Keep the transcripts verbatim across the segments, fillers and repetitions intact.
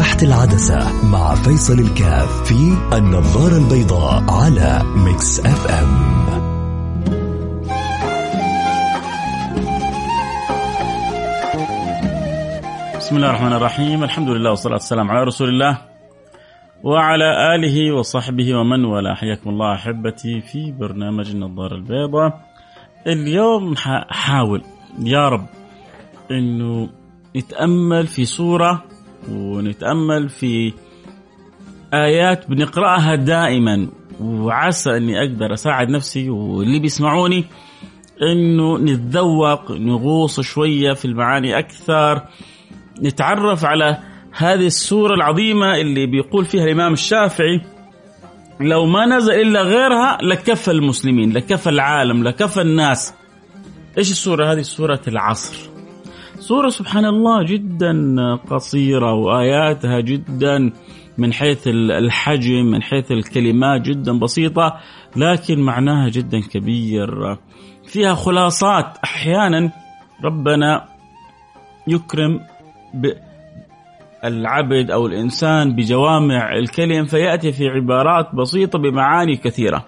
تحت العدسة مع فيصل الكاف في النظارة البيضاء على ميكس اف ام. بسم الله الرحمن الرحيم. الحمد لله والصلاة والسلام على رسول الله وعلى آله وصحبه ومن والاه. حياكم الله أحبتي في برنامج النظارة البيضاء. اليوم حاول يا رب إنه نتأمل في سورة ونتأمل في آيات بنقرأها دائما، وعسى أني أقدر أساعد نفسي واللي بيسمعوني إنه نتذوق نغوص شوية في المعاني أكثر، نتعرف على هذه السورة العظيمة اللي بيقول فيها الإمام الشافعي لو ما نزل إلا غيرها لكفى المسلمين، لكفى العالم، لكفى الناس. إيش السورة هذه؟ سورة العصر. سورة سبحان الله جدا قصيرة، وآياتها جدا من حيث الحجم من حيث الكلمات جدا بسيطة، لكن معناها جدا كبير. فيها خلاصات. أحيانا ربنا يكرم العبد أو الإنسان بجوامع الكلم فيأتي في عبارات بسيطة بمعاني كثيرة.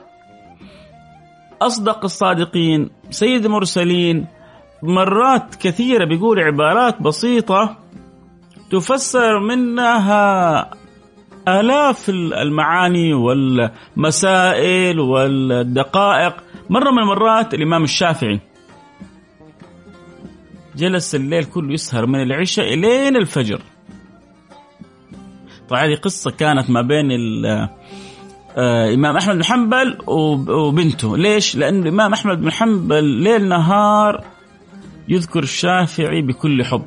أصدق الصادقين سيد المرسلين مرات كثيرة بيقول عبارات بسيطة تفسر منها آلاف المعاني والمسائل والدقائق. مرة من المرات الإمام الشافعي جلس الليل كله يسهر من العشاء إلين الفجر. طبعا هذه قصة كانت ما بين الإمام أحمد بن حنبل وبنته. ليش؟ لأن الإمام أحمد بن حنبل ليل نهار يذكر الشافعي بكل حب،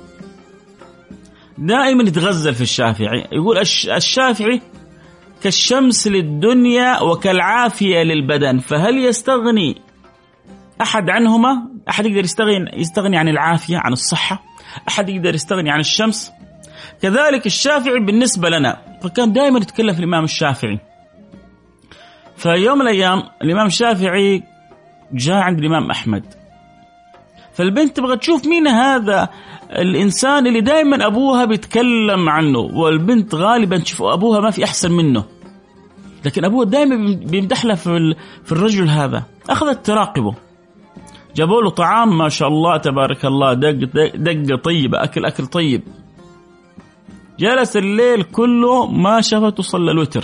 دائما يتغزل في الشافعي. يقول الشافعي كالشمس للدنيا وكالعافية للبدن، فهل يستغني أحد عنهما؟ أحد يقدر يستغني يستغني عن العافية عن الصحة؟ أحد يقدر يستغني عن الشمس؟ كذلك الشافعي بالنسبة لنا. فكان دائما يتكلم في الإمام الشافعي. فيوم من الأيام الإمام الشافعي جاء عند الإمام أحمد، فالبنت تبغى تشوف مين هذا الإنسان اللي دائما أبوها بيتكلم عنه، والبنت غالبا تشوف أبوها ما في أحسن منه، لكن أبوها دائما بيمدح له في الرجل هذا. أخذت تراقبه، جابوا له طعام ما شاء الله تبارك الله، دق دق طيبة، أكل أكل طيب. جلس الليل كله ما شافته صلى الوتر،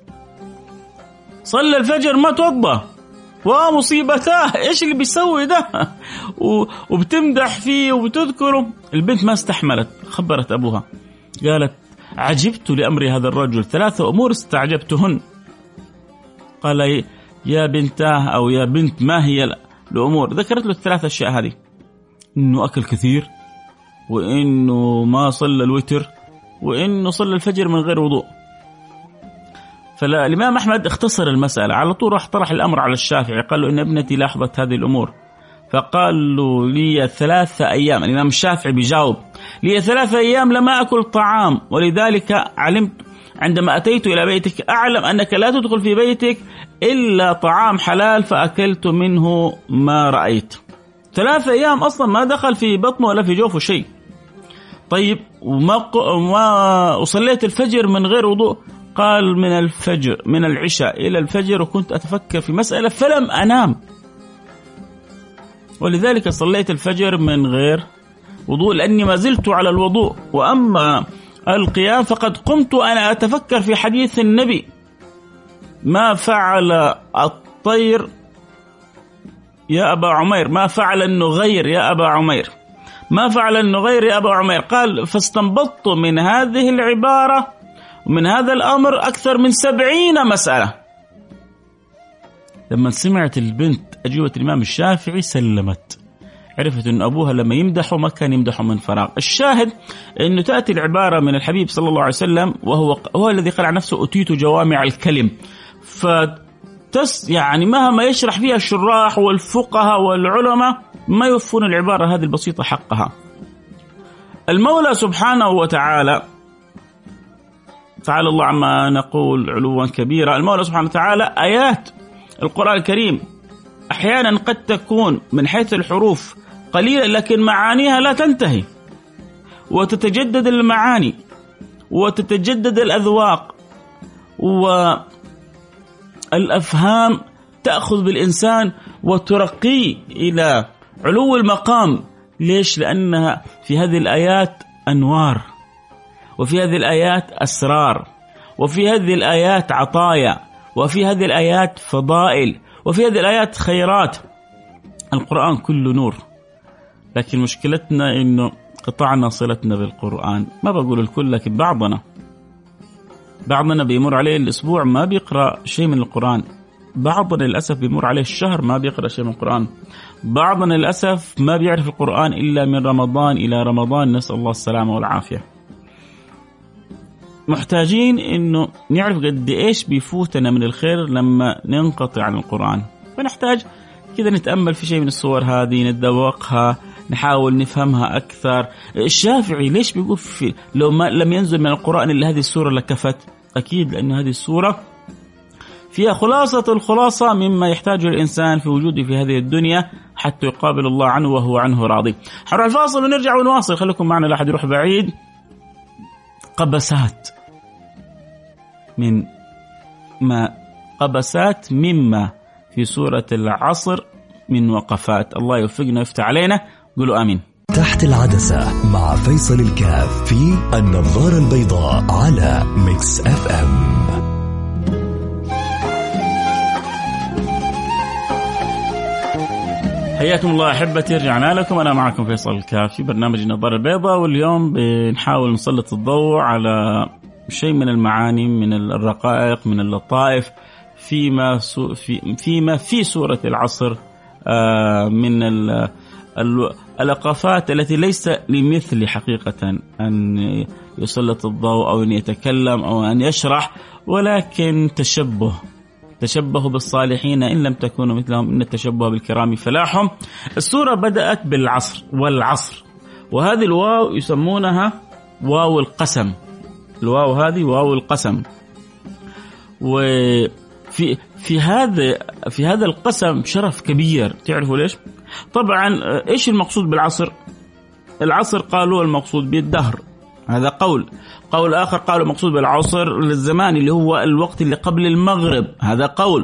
صلى الفجر ما توضى، ومصيبتاه إيش اللي بيسوي ده، وبتمدح فيه وبتذكره. البنت ما استحملت، خبرت أبوها، قالت عجبت لأمر هذا الرجل، ثلاثة أمور استعجبتهن. قال يا بنتاه أو يا بنت ما هي الأمور؟ ذكرت له الثلاث أشياء هذه، إنه أكل كثير، وإنه ما صلى الوتر، وإنه صلى الفجر من غير وضوء. فالإمام أحمد اختصر المسألة على طول، راح طرح الأمر على الشافعي، قال له إن ابنتي لاحظت هذه الأمور. فقال له لي ثلاثة أيام، الإمام الشافعي بيجاوب، لي ثلاثة أيام لما أكل طعام، ولذلك علمت عندما أتيت إلى بيتك أعلم أنك لا تدخل في بيتك إلا طعام حلال، فأكلت منه ما رأيت. ثلاثة أيام أصلا ما دخل في بطنه ولا في جوفه شيء. طيب وما وما وصليت الفجر من غير وضوء؟ قال من الفجر من العشاء إلى الفجر وكنت أتفكر في مسألة فلم أنام، ولذلك صليت الفجر من غير وضوء لأني ما زلت على الوضوء. وأما القيام فقد قمت أنا أتفكر في حديث النبي ما فعل الطير يا أبا عمير، ما فعل النغير يا أبا عمير، ما فعل النغير يا أبا عمير. قال فاستنبطت من هذه العبارة ومن هذا الأمر أكثر من سبعين مسألة. لما سمعت البنت أجوبة الإمام الشافعي سلمت، عرفت أن أبوها لما يمدحه ما كان يمدحه من فراغ. الشاهد أنه تأتي العبارة من الحبيب صلى الله عليه وسلم، وهو هو الذي قال عن نفسه أتيت جوامع الكلم. فتس يعني مهما يشرح فيها الشراح والفقهاء والعلماء ما يوفون العبارة هذه البسيطة حقها. المولى سبحانه وتعالى، تعالى الله عما نقول علوا كبيرا، المولى سبحانه وتعالى آيات القرآن الكريم أحيانا قد تكون من حيث الحروف قليلة لكن معانيها لا تنتهي وتتجدد المعاني. وتتجدد الأذواق والأفهام تأخذ بالإنسان وترقيه إلى علو المقام. ليش؟ لأنها في هذه الآيات أنوار، وفي هذه الآيات أسرار، وفي هذه الآيات عطايا، وفي هذه الآيات فضائل، وفي هذه الآيات خيرات. القرآن كله نور، لكن مشكلتنا إنه قطعنا صلتنا بالقرآن. ما بقول الكل، لكن بعضنا بعضنا بيمر عليه الأسبوع ما بيقرأ شيء من القرآن، بعضنا للأسف بيمر عليه الشهر ما بيقرأ شيء من القرآن، بعضنا للأسف ما بيعرف القرآن إلا من رمضان إلى رمضان، نسأل الله السلامة والعافية. محتاجين إنه نعرف قد إيش بيفوتنا من الخير لما ننقطع عن القرآن، فنحتاج كذا نتأمل في شيء من الصور هذه، نتذوقها، نحاول نفهمها أكثر. الشافعي ليش بيقول في لو ما لم ينزل من القرآن إلا هذه السورة لكفت؟ أكيد لأن هذه السورة فيها خلاصة الخلاصة مما يحتاجه الإنسان في وجوده في هذه الدنيا حتى يقابل الله عنه وهو عنه راضي. حنروح الفاصل ونرجع ونواصل، خليكم معنا لا أحد يروح بعيد. قبسات من ما قبسات مما في سورة العصر من وقفات. الله يوفقنا ويفتح علينا، قولوا آمين. تحت العدسة مع فيصل الكاف في النظارة البيضاء على ميكس اف ام. حياكم الله أحبتي، رجعنا لكم. أنا معكم فيصل الكاف في برنامج النظارة البيضاء، واليوم بنحاول نسلط الضوء على شيء من المعاني، من الرقائق، من اللطائف فيما في فيما في سورة العصر من الوقفات التي ليس لمثل حقيقة أن يسلط الضوء أو أن يتكلم أو أن يشرح، ولكن تشبه تشبهوا بالصالحين إن لم تكونوا مثلهم إن التشبه بالكرام فلاحهم. السورة بدأت بالعصر والعصر، وهذه الواو يسمونها واو القسم. الواو هذه واو القسم، وفي في هذا في هذا القسم شرف كبير. تعرفوا ليش؟ طبعا إيش المقصود بالعصر؟ العصر قالوا المقصود بالدهر، هذا قول. قول آخر قالوا مقصود بالعصر للزمان اللي هو الوقت اللي قبل المغرب، هذا قول.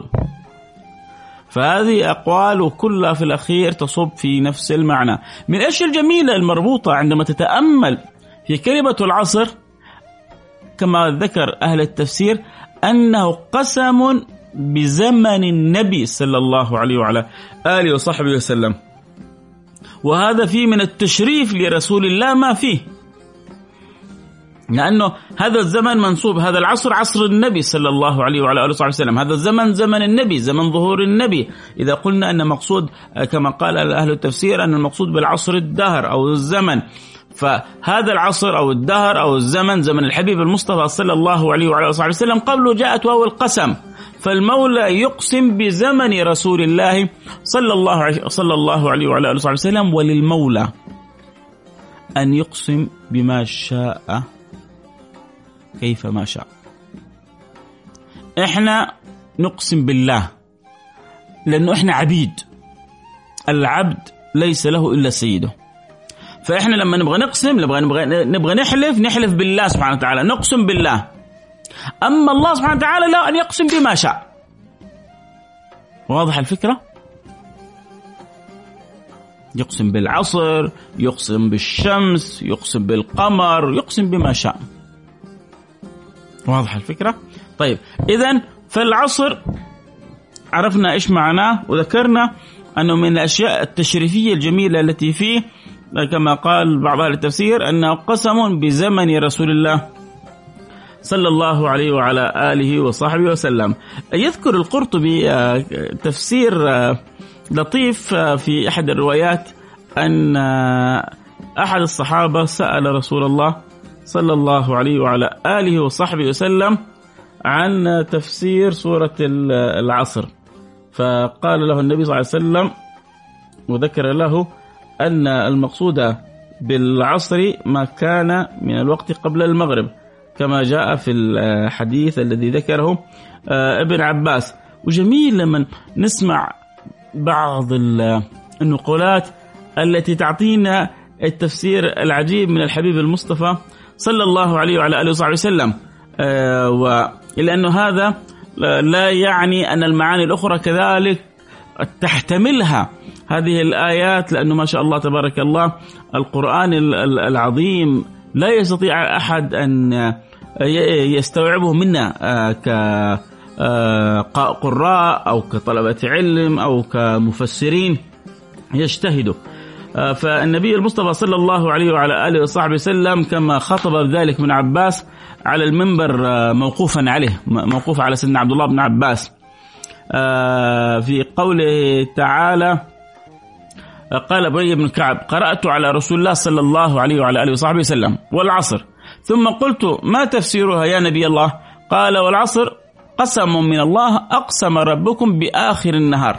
فهذه أقوال وكلها في الأخير تصب في نفس المعنى. من إيش الجميلة المربوطة عندما تتأمل في كلمة العصر كما ذكر أهل التفسير أنه قسم بزمن النبي صلى الله عليه وعلى آله وصحبه وسلم، وهذا فيه من التشريف لرسول الله ما فيه، لأنه هذا الزمن منصوب، هذا العصر عصر النبي صلى الله عليه وعلى آله وصحبه وسلم، هذا الزمن زمن النبي، زمن ظهور النبي. إذا قلنا أن مقصود كما قال أهل التفسير أن المقصود بالعصر الدهر أو الزمن، فهذا العصر أو الدهر أو الزمن زمن الحبيب المصطفى صلى الله عليه وعلى آله وصحبه وسلم. قبله جاءت واو القسم، فالمولى يقسم بزمن رسول الله صلى الله عليه صلى الله عليه وعلى آله وصحبه وسلم، وللمولى أن يقسم بما شاء كيف ما شاء. احنا نقسم بالله لأنه احنا عبيد، العبد ليس له إلا سيده، فاحنا لما نبغى نقسم نبغى نبغى نبغى نحلف نحلف بالله سبحانه وتعالى، نقسم بالله. أما الله سبحانه وتعالى لا، أن يقسم بما شاء. واضح الفكرة؟ يقسم بالعصر، يقسم بالشمس، يقسم بالقمر، يقسم بما شاء. واضح الفكرة؟ طيب إذن فالعصر عرفنا إيش معناه، وذكرنا أنه من الأشياء التشريفية الجميلة التي فيه كما قال بعض أهل التفسير أنه قسم بزمن رسول الله صلى الله عليه وعلى آله وصحبه وسلم. يذكر القرطبي تفسير لطيف في أحد الروايات أن أحد الصحابة سأل رسول الله صلى الله عليه وعلى آله وصحبه وسلم عن تفسير سورة العصر، فقال له النبي صلى الله عليه وسلم وذكر له أن المقصود بالعصر ما كان من الوقت قبل المغرب كما جاء في الحديث الذي ذكره ابن عباس. وجميل لما نسمع بعض النقولات التي تعطينا التفسير العجيب من الحبيب المصطفى صلى الله عليه وعلى آله وصحبه وسلم. آه وإلا أنه هذا لا يعني أن المعاني الأخرى كذلك تحتملها هذه الآيات، لأنه ما شاء الله تبارك الله القرآن العظيم لا يستطيع أحد أن يستوعبه منا كقراء أو كطلبة علم أو كمفسرين يجتهدوا. فالنبي المصطفى صلى الله عليه وعلى آله وصحبه وسلم كما خطب بذلك من عباس على المنبر موقوفا عليه، موقوف على سيدنا عبد الله بن عباس في قوله تعالى قال أبي بن كعب قرأت على رسول الله صلى الله عليه وعلى آله وصحبه وسلم والعصر، ثم قلت ما تفسيرها يا نبي الله؟ قال والعصر قسم من الله أقسم ربكم بآخر النهار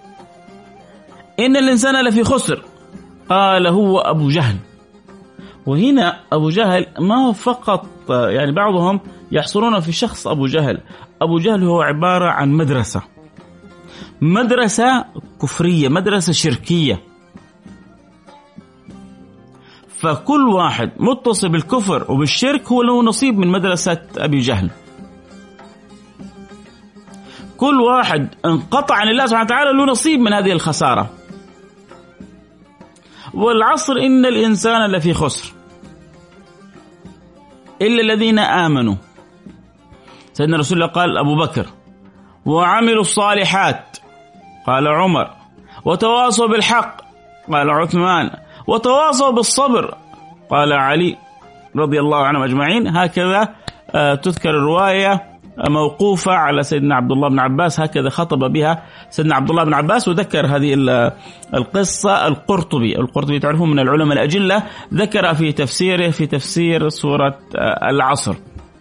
إن الإنسان لفي خسر. قال هو أبو جهل. وهنا أبو جهل ما هو فقط يعني بعضهم يحصرون في شخص أبو جهل. أبو جهل هو عبارة عن مدرسة مدرسة كفرية، مدرسة شركية. فكل واحد متصل بالكفر وبالشرك هو له نصيب من مدرسة أبي جهل. كل واحد انقطع عن الله سبحانه وتعالى له نصيب من هذه الخسارة. والعصر إن الإنسان لفي خسر إلا الذين آمنوا. سيدنا رسول الله قال أبو بكر، وعملوا الصالحات قال عمر، وتواصوا بالحق قال عثمان، وتواصوا بالصبر قال علي رضي الله عنهم أجمعين. هكذا تذكر الرواية موقوفة على سيدنا عبد الله بن عباس، هكذا خطب بها سيدنا عبد الله بن عباس. وذكر هذه القصة القرطبي، القرطبي تعرفون من العلماء الأجلة، ذكر في تفسيره في تفسير سورة العصر.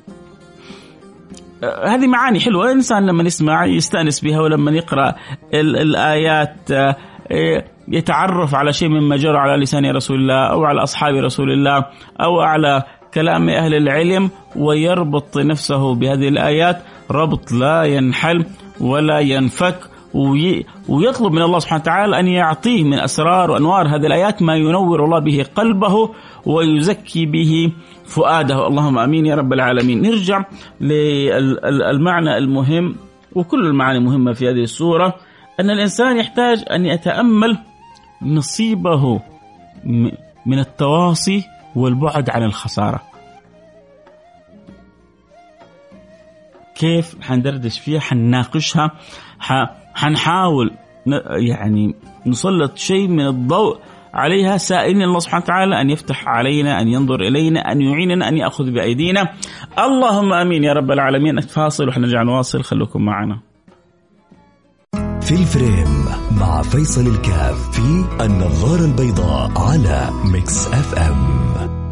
هذه معاني حلوة، الإنسان لما يسمع يستأنس بها، ولما يقرأ الآيات يتعرف على شيء مما جرى على لسان رسول الله أو على أصحاب رسول الله أو على كلام أهل العلم، ويربط نفسه بهذه الآيات ربط لا ينحل ولا ينفك، ويطلب من الله سبحانه وتعالى أن يعطيه من أسرار وأنوار هذه الآيات ما ينور الله به قلبه ويزكي به فؤاده. اللهم آمين يا رب العالمين. نرجع للمعنى المهم، وكل المعاني مهمة في هذه السورة، أن الإنسان يحتاج أن يتأمل نصيبه من التواصي والبعد عن الخسارة. كيف حندردش فيها، حنناقشها، حنحاول يعني نسلط شيء من الضوء عليها، سائلين الله سبحانه وتعالى أن يفتح علينا، أن ينظر إلينا، أن يعيننا، أن يأخذ بأيدينا. اللهم آمين يا رب العالمين. فاصل وحنرجع نواصل، خلوكم معنا. في الفريم مع فيصل الكاف في النظارة البيضاء على ميكس اف ام.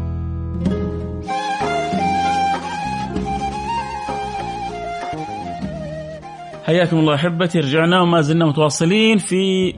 حياكم الله أحبتي، رجعنا وما زلنا متواصلين في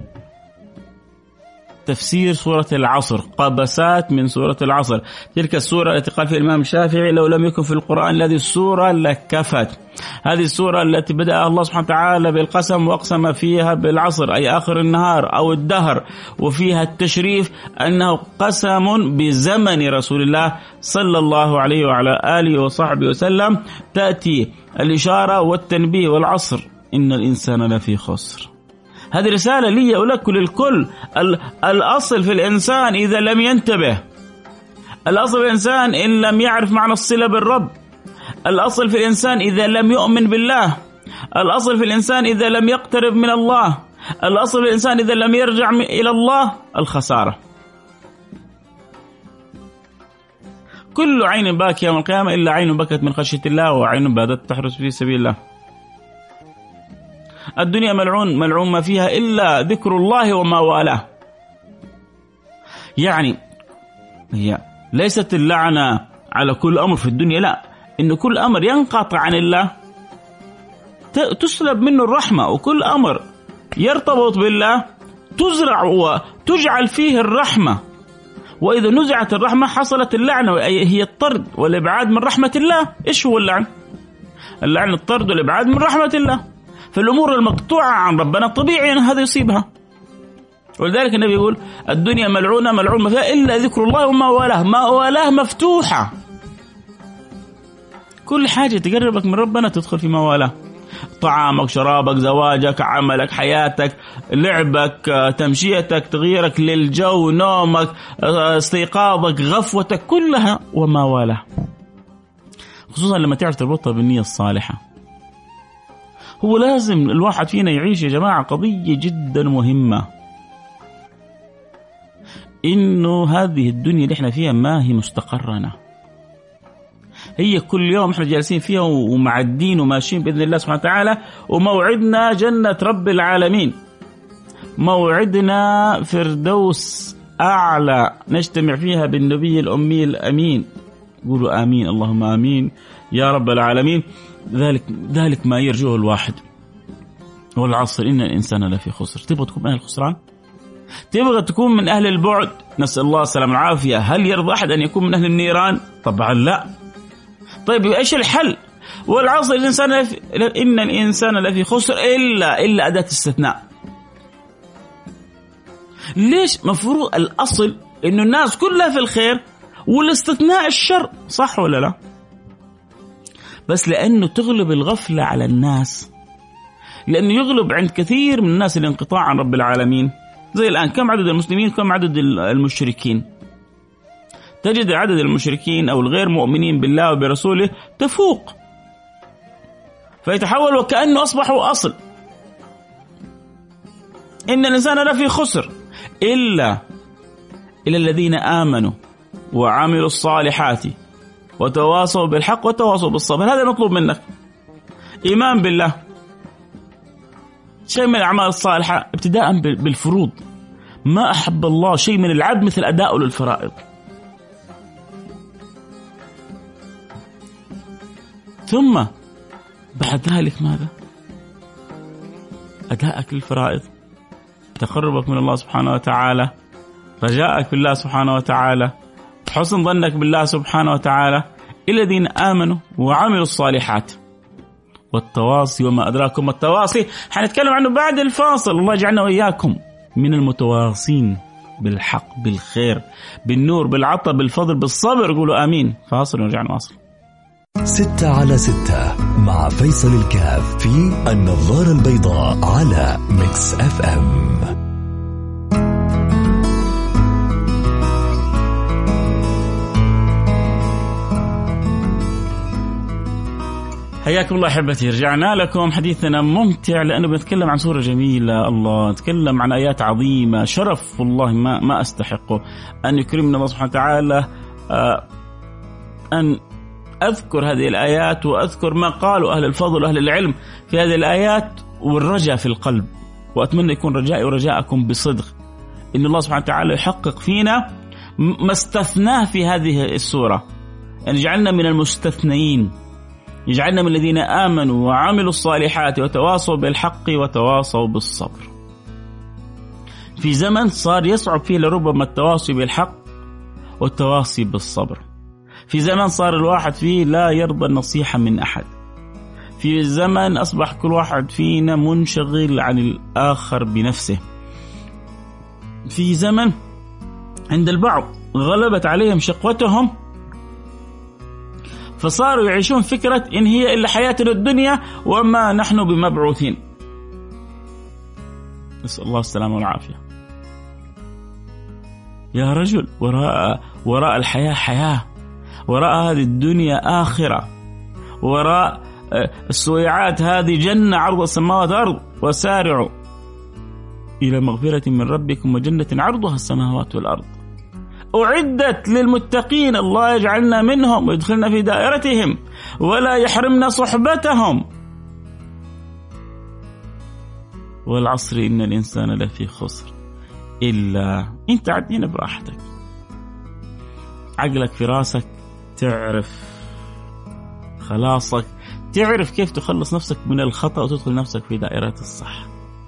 تفسير سورة العصر، قبسات من سورة العصر، تلك السورة التي قال فيها الإمام الشافعي لو لم يكن في القرآن هذه السورة لكفت. هذه السورة التي بدأ الله سبحانه وتعالى بالقسم وأقسم فيها بالعصر أي آخر النهار أو الدهر، وفيها التشريف أنه قسم بزمن رسول الله صلى الله عليه وعلى آله وصحبه وسلم. تأتي الإشارة والتنبيه والعصر إن الإنسان لفي خسر. هذه رسالة لي ولك وللكل. الأصل في الإنسان إذا لم ينتبه، الأصل في الإنسان إن لم يعرف معنى الصلة بالرب، الأصل في الإنسان إذا لم يؤمن بالله، الأصل في الإنسان إذا لم يقترب من الله، الأصل في الإنسان إذا لم يرجع إلى الله، الخسارة. كل عين باكية يوم القيامة إلا عين بكت من خشية الله وعين بادت تحرس في سبيل الله. الدنيا ملعون ملعون ما فيها إلا ذكر الله وما والاه. يعني هي ليست اللعنة على كل أمر في الدنيا، لا، إن كل أمر ينقطع عن الله تسلب منه الرحمة، وكل أمر يرتبط بالله تزرع وتجعل فيه الرحمة. وإذا نزعت الرحمة حصلت اللعنة، هي الطرد والإبعاد من رحمة الله. إيش هو اللعن؟ اللعن الطرد والإبعاد من رحمة الله. فالأمور المقطوعة عن ربنا طبيعي أن هذا يصيبها. ولذلك النبي يقول الدنيا ملعونة ملعون ما فيها إلا ذكر الله وما والاه. ما والاه مفتوحة، كل حاجة تقربك من ربنا تدخل في موالاه. طعامك، شرابك، زواجك، عملك، حياتك، لعبك، تمشيتك، تغييرك للجو، نومك، استيقاظك، غفوتك، كلها وما والاه. خصوصا لما تعرف تربطها بالنية الصالحة. هو لازم الواحد فينا يعيش يا جماعة قضية جدا مهمة، إنه هذه الدنيا اللي احنا فيها ما هي مستقرنا، هي كل يوم احنا جالسين فيها ومعدين وماشيين بإذن الله سبحانه وتعالى، وموعدنا جنة رب العالمين، موعدنا فردوس أعلى نجتمع فيها بالنبي الأمي الأمين. قولوا آمين، اللهم آمين يا رب العالمين. ذلك ذلك ما يرجوه الواحد. والعصر إن الإنسان لفي خسر. تبغى تكون من أهل الخسران؟ تبغى تكون من أهل البعد؟ نسأل الله السلامة والعافية. هل يرضى أحد أن يكون من أهل النيران؟ طبعا لا. طيب إيش الحل؟ والعصر الإنسان لفي إن الإنسان لفي خسر إلا إلا أداة استثناء. ليش؟ مفروض الأصل إنه الناس كلها في الخير والاستثناء الشر، صح ولا لا؟ بس لأنه تغلب الغفلة على الناس، لأنه يغلب عند كثير من الناس الانقطاع عن رب العالمين. زي الآن كم عدد المسلمين كم عدد المشركين؟ تجد عدد المشركين أو الغير مؤمنين بالله وبرسوله تفوق، فيتحول وكأنه أصبحوا أصل. إن الإنسان لفي خسر إلا إلا الذين آمنوا وعملوا الصالحات وتواصوا بالحق وتواصوا بالصبر. هذا المطلوب منك، إيمان بالله، شيء من الأعمال الصالحة ابتداء بالفروض. ما أحب الله شيء من العبد مثل أداء للفرائض. ثم بعد ذلك ماذا؟ أداءك للفرائض، تقربك من الله سبحانه وتعالى، رجاءك بالله سبحانه وتعالى، حسن ظنك بالله سبحانه وتعالى. الذين آمنوا وعملوا الصالحات والتواصي وما أدراكم التواصي، حنتكلم عنه بعد الفاصل. الله يجعلنا وإياكم من المتواصين بالحق، بالخير، بالنور، بالعطاء، بالفضل، بالصبر. قولوا آمين. فاصل ونرجع نواصل. ستة على ستة مع فيصل الكاف في النظارة البيضاء على ميكس أف أم. حياكم الله أحبتي. رجعنا لكم. حديثنا ممتع لأنه بنتكلم عن سورة جميلة. الله نتكلم عن آيات عظيمة. شرف والله ما ما أستحقه أن يكرمنا الله سبحانه وتعالى أن أذكر هذه الآيات وأذكر ما قالوا أهل الفضل وأهل العلم في هذه الآيات، والرجاء في القلب. وأتمنى يكون رجائي ورجاءكم بصدق إن الله سبحانه وتعالى يحقق فينا ما استثناه في هذه السورة، أن يجعلنا من المستثنين، يجعلنا من الذين آمنوا وعملوا الصالحات وتواصوا بالحق وتواصوا بالصبر. في زمن صار يصعب فيه لربما التواصي بالحق والتواصي بالصبر. في زمن صار الواحد فيه لا يرضى النصيحة من أحد. في زمن أصبح كل واحد فينا منشغل عن الآخر بنفسه. في زمن عند البعض غلبت عليهم شقوتهم، فصاروا يعيشون فكرة إن هي إلا حياتنا الدنيا وما نحن بمبعوثين. نسأل الله السلامة والعافية. يا رجل، وراء وراء الحياة حياة، وراء هذه الدنيا آخرة، وراء السويعات هذه جنة عرض السماوات والأرض. وسارعوا إلى مغفرة من ربكم وجنة عرضها السماوات والأرض أعدت للمتقين. الله يجعلنا منهم ويدخلنا في دائرتهم ولا يحرمنا صحبتهم. والعصر إن الإنسان لفي خسر إلا أنت عدينا براحتك، عقلك في راسك، تعرف خلاصك، تعرف كيف تخلص نفسك من الخطأ وتدخل نفسك في دائرة الصح.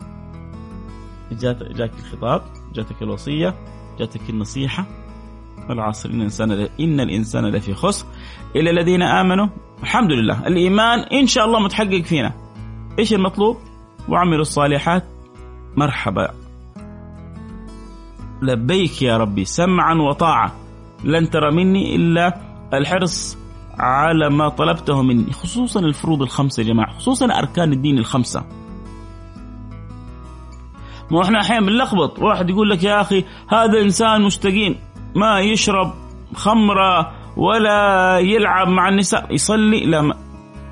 جاءت جاك الخطاب، جاتك الوصية، جاتك النصيحة. العصر إن الإنسان إن الإنسان لفي خسر إلا الذين آمنوا. الحمد لله الإيمان إن شاء الله متحقق فينا. إيش المطلوب؟ وعملوا الصالحات. مرحبا، لبيك يا ربي، سمعا وطاعة. لن ترى مني إلا الحرص على ما طلبته مني، خصوصا الفروض الخمسة يا جماعة، خصوصا أركان الدين الخمسة. ما احنا أحيانا بنلخبط، واحد يقول لك يا أخي هذا إنسان مستقيم ما يشرب خمرة ولا يلعب مع النساء، يصلي. لا، ما.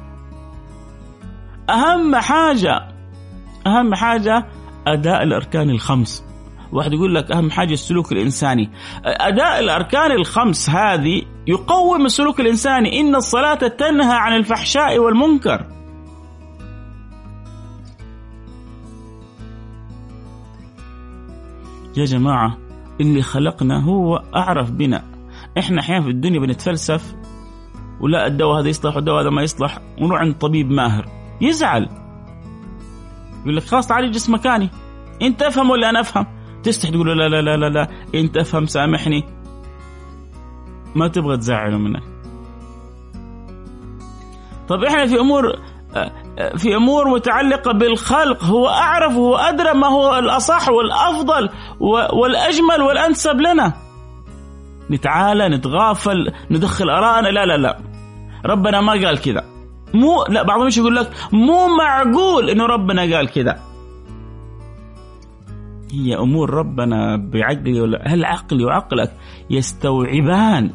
أهم حاجة أهم حاجة أداء الأركان الخمس. واحد يقول لك أهم حاجة السلوك الإنساني. أداء الأركان الخمس هذه يقوم السلوك الإنساني. إن الصلاة تنهى عن الفحشاء والمنكر. يا جماعة اللي خلقنا هو أعرف بنا. إحنا أحيانا في الدنيا بنتفلسف، ولا الدواء هذا يصلح والدواء هذا ما يصلح، ونروح عند طبيب ماهر يزعل، يقول لك خلاص تعالي جسم مكاني، أنت أفهم ولا أنا أفهم؟ تستحي تقول لا لا لا لا لا أنت أفهم سامحني، ما تبغى تزعله منك. طب إحنا في أمور في أمور متعلقة بالخلق هو أعرف وهو أدرى ما هو الأصح والأفضل والأجمل والأنسب لنا، نتعالى نتغافل ندخل أراءنا. لا لا لا ربنا ما قال كذا، مو لا بعضهم مش يقول لك مو معقول إنه ربنا قال كذا. هي أمور ربنا بعقلي ولا هل عقلي وعقلك يستوعبان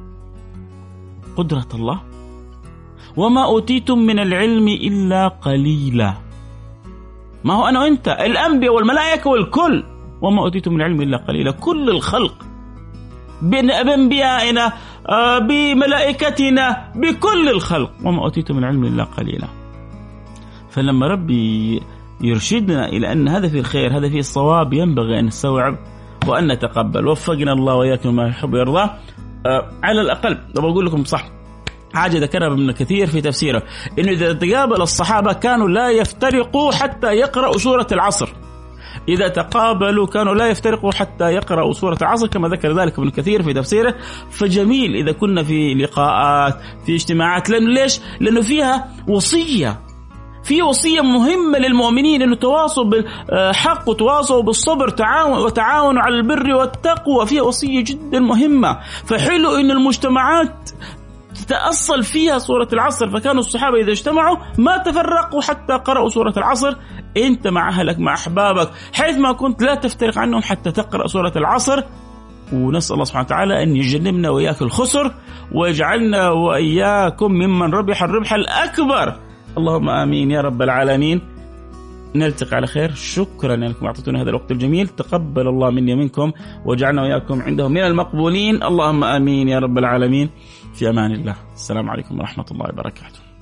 قدرة الله؟ وما أوتيتم من العلم إلا قليلا. ما هو أنا وأنت الأنبياء والملائكة والكل، وما أوتيتم من العلم إلا قليلا. كل الخلق بأنبيائنا بملائكتنا بكل الخلق، وما أوتيتم من العلم إلا قليلا. فلما ربي يرشدنا إلى أن هذا في الخير هذا في الصواب ينبغي أن نستوعب وأن نتقبل. وفقنا الله وإياكم ما يحب ويرضى. على الأقل لو أقول لكم صح حاجة ذكرها ابن كثير في تفسيره، إنه إذا تقابل الصحابة كانوا لا يفترقوا حتى يقرأوا سورة العصر. إذا تقابلوا كانوا لا يفترقوا حتى يقرأوا سورة العصر كما ذكر ذلك ابن كثير في تفسيره. فجميل إذا كنا في لقاءات في اجتماعات، لأنه ليش؟ لأنه فيها وصية، في وصية مهمة للمؤمنين إنه تواصوا بالحق وتواصوا بالصبر تعاون وتعاونوا على البر والتقوى. فيها وصية جدا مهمة. فحلو إن المجتمعات تتأصل فيها سورة العصر. فكانوا الصحابة إذا اجتمعوا ما تفرقوا حتى قرأوا سورة العصر. أنت مع أهلك مع أحبابك حيث ما كنت لا تفترق عنهم حتى تقرأ سورة العصر. ونسأل الله سبحانه وتعالى أن يجنبنا وإياك الخسر ويجعلنا وإياكم ممن ربح الربح الأكبر. اللهم آمين يا رب العالمين. نلتقي على خير. شكرا لكم أعطيتونا هذا الوقت الجميل. تقبل الله مني ومنكم وجعلنا وإياكم عنده من المقبولين. اللهم آمين يا رب العالمين. في أمان الله. السلام عليكم ورحمة الله وبركاته.